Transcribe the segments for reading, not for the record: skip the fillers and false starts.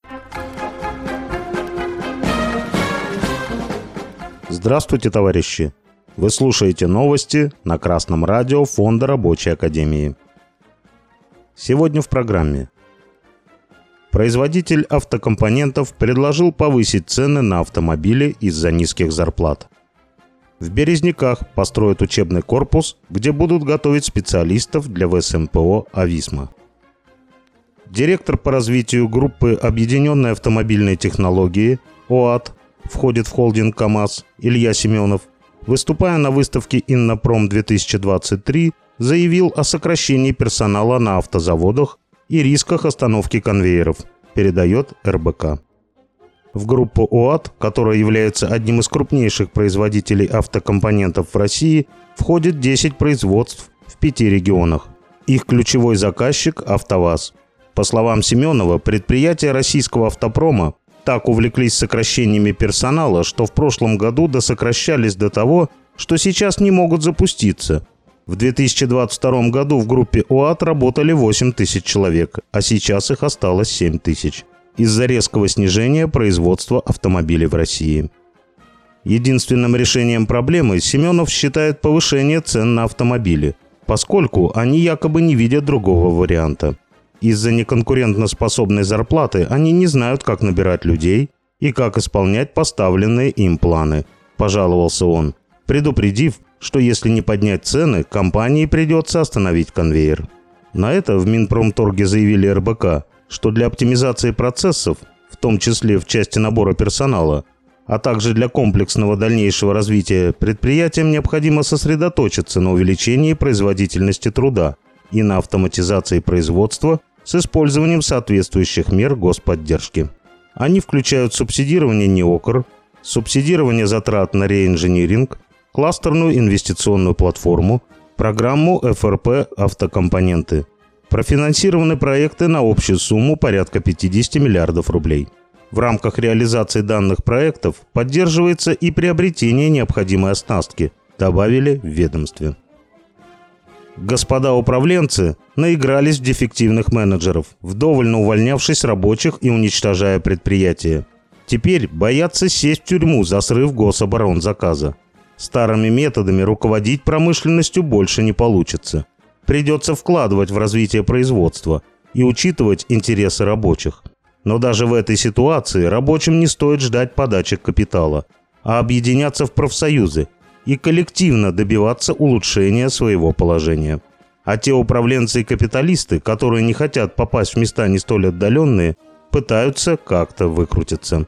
Здравствуйте, товарищи! Вы слушаете новости на Красном радио Фонда Рабочей Академии. Сегодня в программе. Производитель автокомпонентов предложил повысить цены на автомобили из-за низких зарплат. В Березниках построят учебный корпус, где будут готовить специалистов для ВСМПО «Ависма». Директор по развитию группы «Объединенные автомобильные технологии» ОАТ входит в холдинг КАМАЗ Илья Семенов, выступая на выставке «Иннопром-2023», заявил о сокращении персонала на автозаводах и рисках остановки конвейеров, передает РБК. В группу ОАТ, которая является одним из крупнейших производителей автокомпонентов в России, входит 10 производств в 5 регионах. Их ключевой заказчик – АвтоВАЗ. По словам Семенова, предприятия российского автопрома так увлеклись сокращениями персонала, что в прошлом году досокращались до того, что сейчас не могут запуститься. В 2022 году в группе ОАТ работали 8 тысяч человек, а сейчас их осталось 7 тысяч. Из-за резкого снижения производства автомобилей в России. Единственным решением проблемы Семенов считает повышение цен на автомобили, поскольку они якобы не видят другого варианта. Из-за неконкурентоспособной зарплаты они не знают, как набирать людей и как исполнять поставленные им планы, пожаловался он, предупредив, что если не поднять цены, компании придется остановить конвейер. На это в Минпромторге заявили РБК, что для оптимизации процессов, в том числе в части набора персонала, а также для комплексного дальнейшего развития предприятиям необходимо сосредоточиться на увеличении производительности труда и на автоматизации производства с использованием соответствующих мер господдержки. Они включают субсидирование НИОКР, субсидирование затрат на реинжиниринг, кластерную инвестиционную платформу, программу ФРП «Автокомпоненты». Профинансированы проекты на общую сумму порядка 50 миллиардов рублей. В рамках реализации данных проектов поддерживается и приобретение необходимой оснастки, добавили в ведомстве. Господа управленцы наигрались в дефективных менеджеров, вдоволь наувольнявшись рабочих и уничтожая предприятия. Теперь боятся сесть в тюрьму за срыв гособоронзаказа. Старыми методами руководить промышленностью больше не получится. Придется вкладывать в развитие производства и учитывать интересы рабочих. Но даже в этой ситуации рабочим не стоит ждать подачи капитала, а объединяться в профсоюзы и коллективно добиваться улучшения своего положения. А те управленцы и капиталисты, которые не хотят попасть в места не столь отдаленные, пытаются как-то выкрутиться.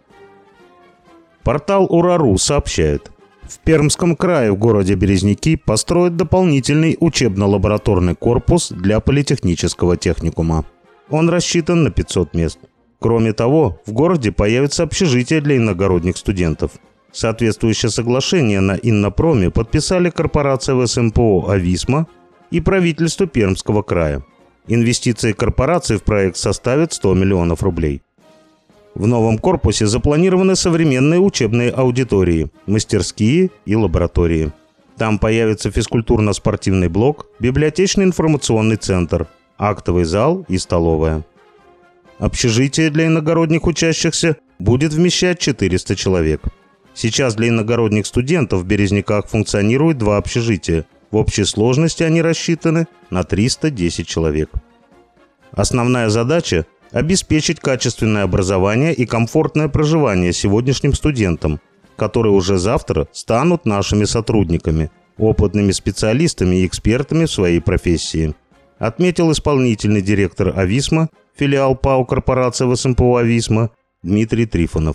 Портал Ура.ру сообщает: в Пермском крае в городе Березники построят дополнительный учебно-лабораторный корпус для политехнического техникума. Он рассчитан на 500 мест. Кроме того, в городе появится общежитие для иногородних студентов. Соответствующее соглашение на Иннопроме подписали корпорация ВСМПО «Ависма» и правительство Пермского края. Инвестиции корпорации в проект составят 100 миллионов рублей. В новом корпусе запланированы современные учебные аудитории, мастерские и лаборатории. Там появится физкультурно-спортивный блок, библиотечно-информационный центр, актовый зал и столовая. Общежитие для иногородних учащихся будет вмещать 400 человек. Сейчас для иногородних студентов в Березниках функционирует 2 общежития. В общей сложности они рассчитаны на 310 человек. Основная задача – обеспечить качественное образование и комфортное проживание сегодняшним студентам, которые уже завтра станут нашими сотрудниками, опытными специалистами и экспертами в своей профессии, отметил исполнительный директор «Ависма», филиал ПАО корпорации ВСМПО «Ависма» Дмитрий Трифонов.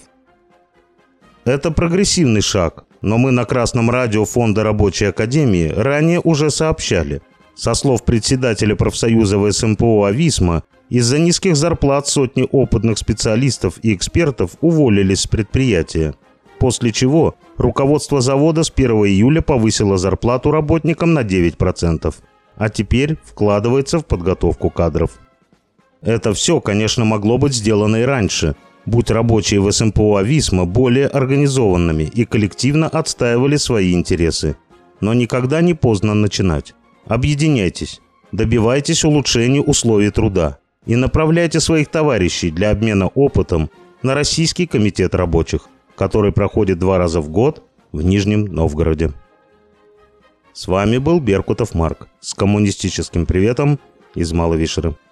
Это прогрессивный шаг, но мы на Красном радио Фонда Рабочей Академии ранее уже сообщали. Со слов председателя профсоюза ВСМПО «Ависма», из-за низких зарплат сотни опытных специалистов и экспертов уволились с предприятия. После чего руководство завода с 1 июля повысило зарплату работникам на 9%, а теперь вкладывается в подготовку кадров. Это все, конечно, могло быть сделано и раньше, будь рабочие в СМПО «Ависма» более организованными и коллективно отстаивали свои интересы. Но никогда не поздно начинать. Объединяйтесь, добивайтесь улучшения условий труда. и направляйте своих товарищей для обмена опытом на Российский комитет рабочих, который проходит 2 раза в год в Нижнем Новгороде. С вами был Беркутов Марк с коммунистическим приветом из Малой Вишеры.